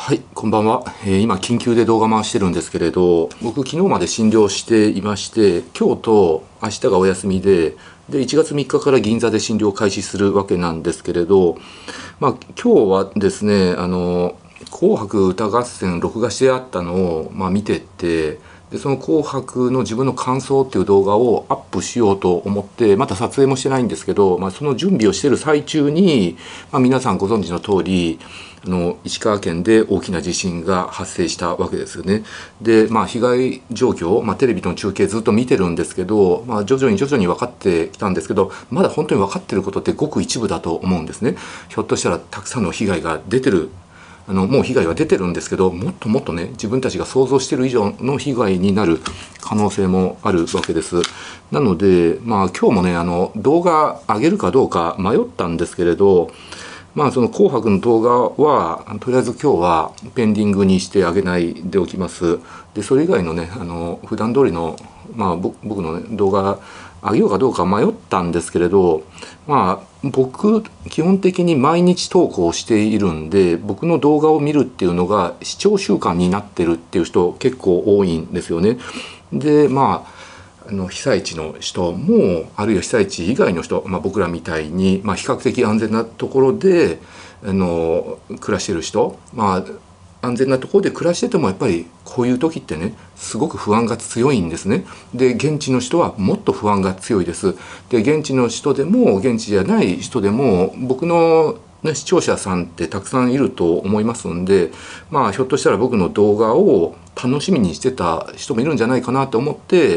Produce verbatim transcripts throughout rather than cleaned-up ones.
はい、こんばんは。えー今、緊急で動画回してるんですけれど、僕、昨日まで診療していまして、今日と明日がお休みで、で、いちがつみっかから銀座で診療を開始するわけなんですけれど、まあ、今日はですね、あの、紅白歌合戦録画してあったのを、まあ、見てて、で、その紅白の自分の感想っていう動画をアップしようと思って、まだ撮影もしてないんですけど、まあ、その準備をしている最中に、まあ、皆さんご存知の通り、あの石川県で大きな地震が発生したわけですよね。で、まあ、被害状況、まあ、テレビの中継ずっと見てるんですけど、まあ、徐々に徐々に分かってきたんですけど、まだ本当に分かってることってごく一部だと思うんですね。ひょっとしたらたくさんの被害が出てる、あのもう被害は出てるんですけど、もっともっとね、自分たちが想像している以上の被害になる可能性もあるわけです。なので、まあ、今日もね、あの動画上げるかどうか迷ったんですけれど、まあ、その紅白の動画はとりあえず今日はペンディングにしてあげないでおきます。で、それ以外のね、あの普段通りの、まあ、ぼ僕の、ね、動画上げようかどうか迷ったんですけれど、まあ、僕基本的に毎日投稿しているんで、僕の動画を見るっていうのが視聴習慣になってるっていう人結構多いんですよね。で、まああの被災地の人も、あるいは被災地以外の人、まあ、僕らみたいに、まあ、比較的安全なところであの暮らしている人、まあ、安全なところで暮らしててもやっぱりこういう時ってね、すごく不安が強いんですね。で、現地の人はもっと不安が強いです。で、現地の人でも現地じゃない人でも、僕のね、視聴者さんってたくさんいると思いますんで、まあ、ひょっとしたら僕の動画を楽しみにしてた人もいるんじゃないかなと思って、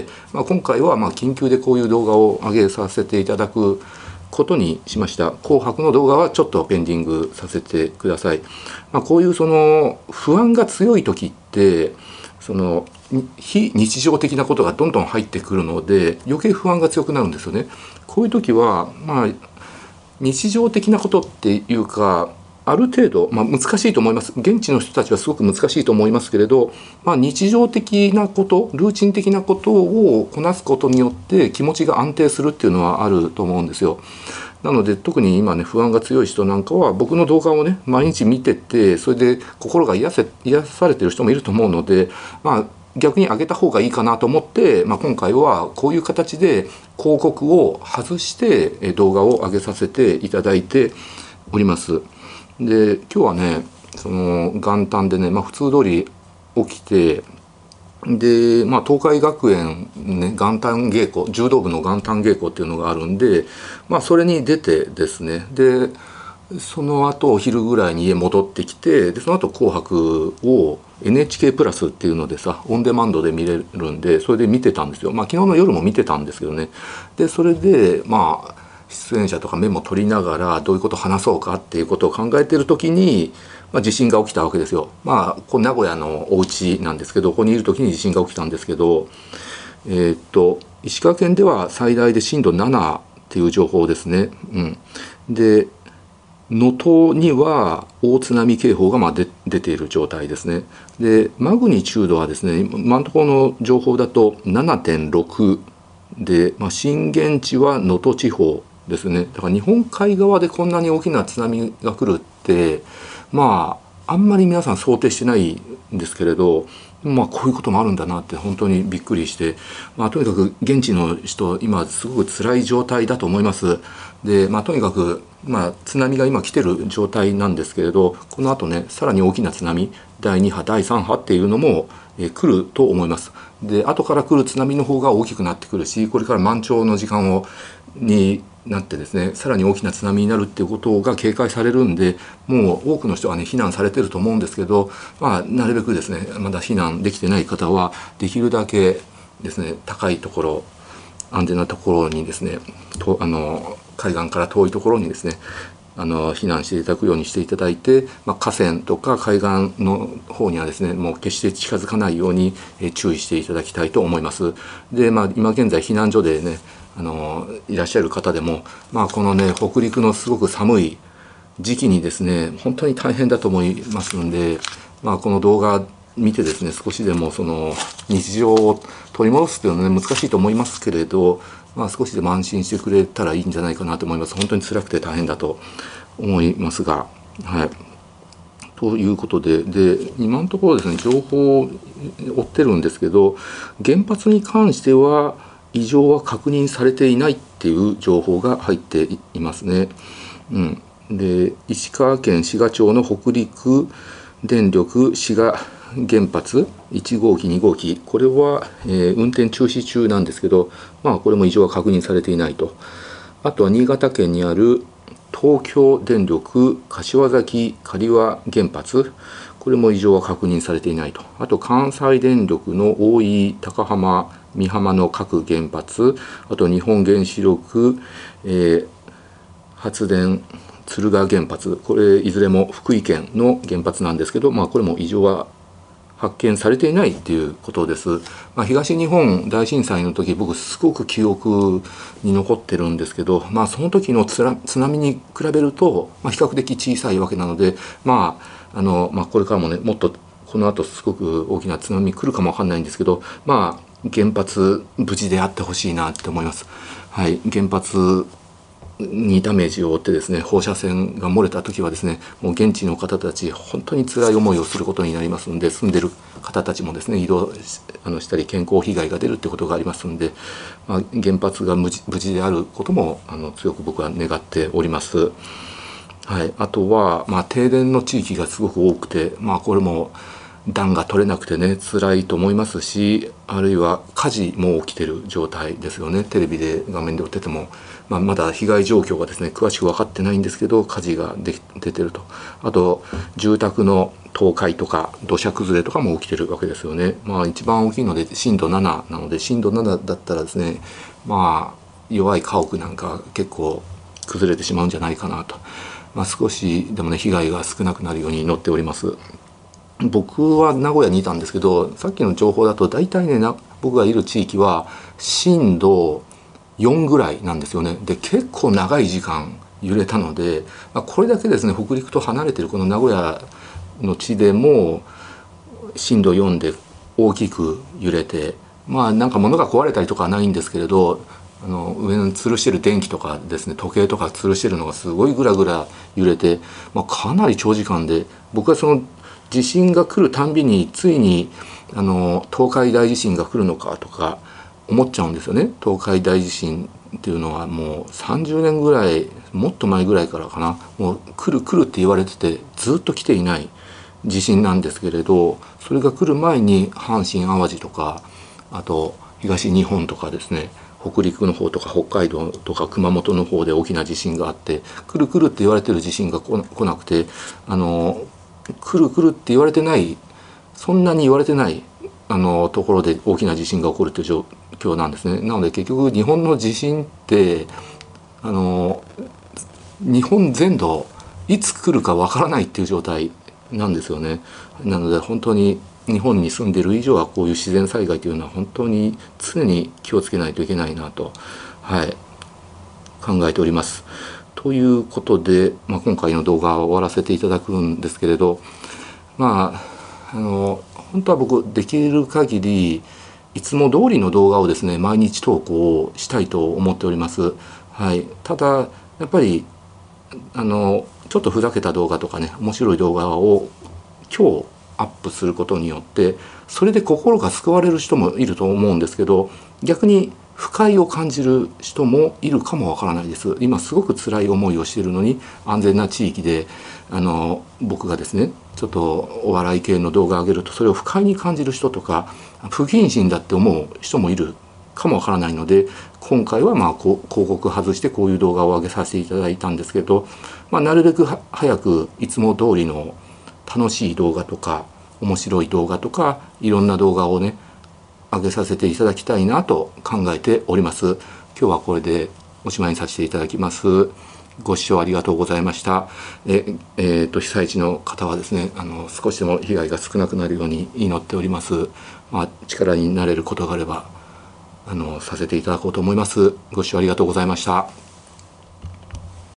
まあ、今回はまあ緊急でこういう動画を上げさせていただくことにしました。紅白の動画はちょっとペンディングさせてください。まあ、こういうその不安が強い時って、その非日常的なことがどんどん入ってくるので余計不安が強くなるんですよね。こういう時はまあ日常的なことっていうか、ある程度、まあ、難しいと思います。現地の人たちはすごく難しいと思いますけれど、まあ、日常的なこと、ルーチン的なことをこなすことによって気持ちが安定するっていうのはあると思うんですよ。なので特に今ね、不安が強い人なんかは僕の動画をね、毎日見てて、それで心が癒せ癒されてる人もいると思うので、まあ逆に上げた方がいいかなと思って、まあ、今回はこういう形で広告を外して動画を上げさせていただいております。で、今日はね、その元旦でね、まあ、普通通り起きて、で、まあ、東海学園、ね、元旦稽古、柔道部の元旦稽古っていうのがあるんで、まあ、それに出てですね、で、その後お昼ぐらいに家戻ってきて、でその後紅白を エヌエイチケー プラスっていうのでさ、オンデマンドで見れるんで、それで見てたんですよ。まあ昨日の夜も見てたんですけどね。でそれでまあ出演者とかメモ取りながらどういうことを話そうかっていうことを考えてる時に、まあ、地震が起きたわけですよ。まあここ名古屋のお家なんですけど、ここにいる時に地震が起きたんですけど、えーっと石川県では最大で震度ななっていう情報ですね。うん、で能登には大津波警報がまあで出ている状態ですね。でマグニチュードはですね、今のところの情報だと ななてんろく で、まあ、震源地は能登地方ですね。だから日本海側でこんなに大きな津波が来るってまああんまり皆さん想定してないんですけれど、まあこういうこともあるんだなって本当にびっくりして、まあ、とにかく現地の人今すごく辛い状態だと思います。で、まあ、とにかく、まあ、津波が今来てる状態なんですけれど、この後ね、さらに大きな津波だいに波だいさん波っていうのも、えー来ると思います。で後から来る津波の方が大きくなってくるし、これから満潮の時間をになってですね、さらに大きな津波になるっていうことが警戒されるんで、もう多くの人はね避難されてると思うんですけど、まあ、なるべくですね、まだ避難できてない方はできるだけですね、高いところ、安全なところにですね、とあの海岸から遠いところにですね、あの避難していただくようにしていただいて、まあ、河川とか海岸の方にはですね、もう決して近づかないように注意していただきたいと思います。で、まあ、今現在避難所でね、あのいらっしゃる方でも、まあ、このね北陸のすごく寒い時期にですね、本当に大変だと思いますんで、まあ、この動画見てですね、少しでもその日常を取り戻すというのはね難しいと思いますけれど、まあ、少しでも安心してくれたらいいんじゃないかなと思います。本当に辛くて大変だと思いますが、はい。 ということで、で今のところですね、情報を追ってるんですけど、原発に関しては異常は確認されていないっていう情報が入っていますね。うん、で石川県志賀町の北陸電力志賀原発いち号機に号機、これは、えー、運転中止中なんですけど、まあこれも異常は確認されていないと。あとは新潟県にある東京電力柏崎刈羽原発、これも異常は確認されていないと。あと関西電力の大井高浜美浜の各原発、あと日本原子力、えー、発電敦賀原発、これいずれも福井県の原発なんですけど、まあこれも異常は発見されていないっていうことです。まあ、東日本大震災の時、僕すごく記憶に残ってるんですけど、まあその時の津波に比べると、まあ、比較的小さいわけなので、まああのまあこれからもね、もっとこの後すごく大きな津波来るかもわかんないんですけど、まあ原発無事であってほしいなって思います。はい、原発にダメージを負ってですね、放射線が漏れた時はですね、もう現地の方たち本当に辛い思いをすることになりますので、住んでる方たちもですね、移動あのしたり健康被害が出るってことがありますので、まあ、原発が無事、無事であることもあの強く僕は願っております。はい、あとは、まあ、停電の地域がすごく多くて、まあ、これも暖が取れなくてね、辛いと思いますし、あるいは火事も起きてる状態ですよね。テレビで画面で追ってても、まあ、まだ被害状況がですね詳しく分かってないんですけど、火事がで出てると。あと住宅の倒壊とか土砂崩れとかも起きてるわけですよね。まあ一番大きいので震度なななので、震度ななだったらですね、まあ弱い家屋なんか結構崩れてしまうんじゃないかなと。まあ、少しでもね被害が少なくなるように祈っております。僕は名古屋にいたんですけど、さっきの情報だと大体ねな僕がいる地域は震度よんぐらいなんですよね。で結構長い時間揺れたので、まあ、これだけですね北陸と離れてるこの名古屋の地でも震度よんで大きく揺れて、まあなんか物が壊れたりとかはないんですけれど、あの上に吊るしてる電気とかですね、時計とか吊るしてるのがすごいグラグラ揺れて、まあ、かなり長時間で、僕はその地震が来るたんびについにあの東海大地震が来るのかとか思っちゃうんですよね。東海大地震っていうのはもうさんじゅうねんぐらい、もっと前ぐらいからかな、もう来る来るって言われててずっと来ていない地震なんですけれど、それが来る前に阪神・淡路とか、あと東日本とかですね、北陸の方とか北海道とか熊本の方で大きな地震があって、来る来るって言われてる地震が来なくて、あの来る来るって言われてない、そんなに言われてないあのところで大きな地震が起こるという状況なんですね。なので結局日本の地震ってあの日本全土いつ来るかわからないっていう状態なんですよね。なので本当に日本に住んでいる以上はこういう自然災害というのは本当に常に気をつけないといけないなと、はい、考えております。ということで、まあ、今回の動画は終わらせていただくんですけれど、まああの本当は僕できる限りいつも通りの動画をですね毎日投稿をしたいと思っております。はい、ただやっぱりあのちょっとふざけた動画とかね、面白い動画を今日アップすることによってそれで心が救われる人もいると思うんですけど、逆に不快を感じる人もいるかもわからないです。今すごく辛い思いをしているのに、安全な地域であの僕がですねちょっとお笑い系の動画を上げると、それを不快に感じる人とか不謹慎だって思う人もいるかもわからないので、今回はまあこう広告外してこういう動画を上げさせていただいたんですけど、まあ、なるべく早くいつも通りの楽しい動画とか面白い動画とかいろんな動画をね上げさせていただきたいなと考えております。今日はこれでおしまいにさせていただきます。ご視聴ありがとうございました。ええー、と被災地の方はですね、あの少しでも被害が少なくなるように祈っております。まあ、力になれることがあればあのさせていただこうと思います。ご視聴ありがとうございました。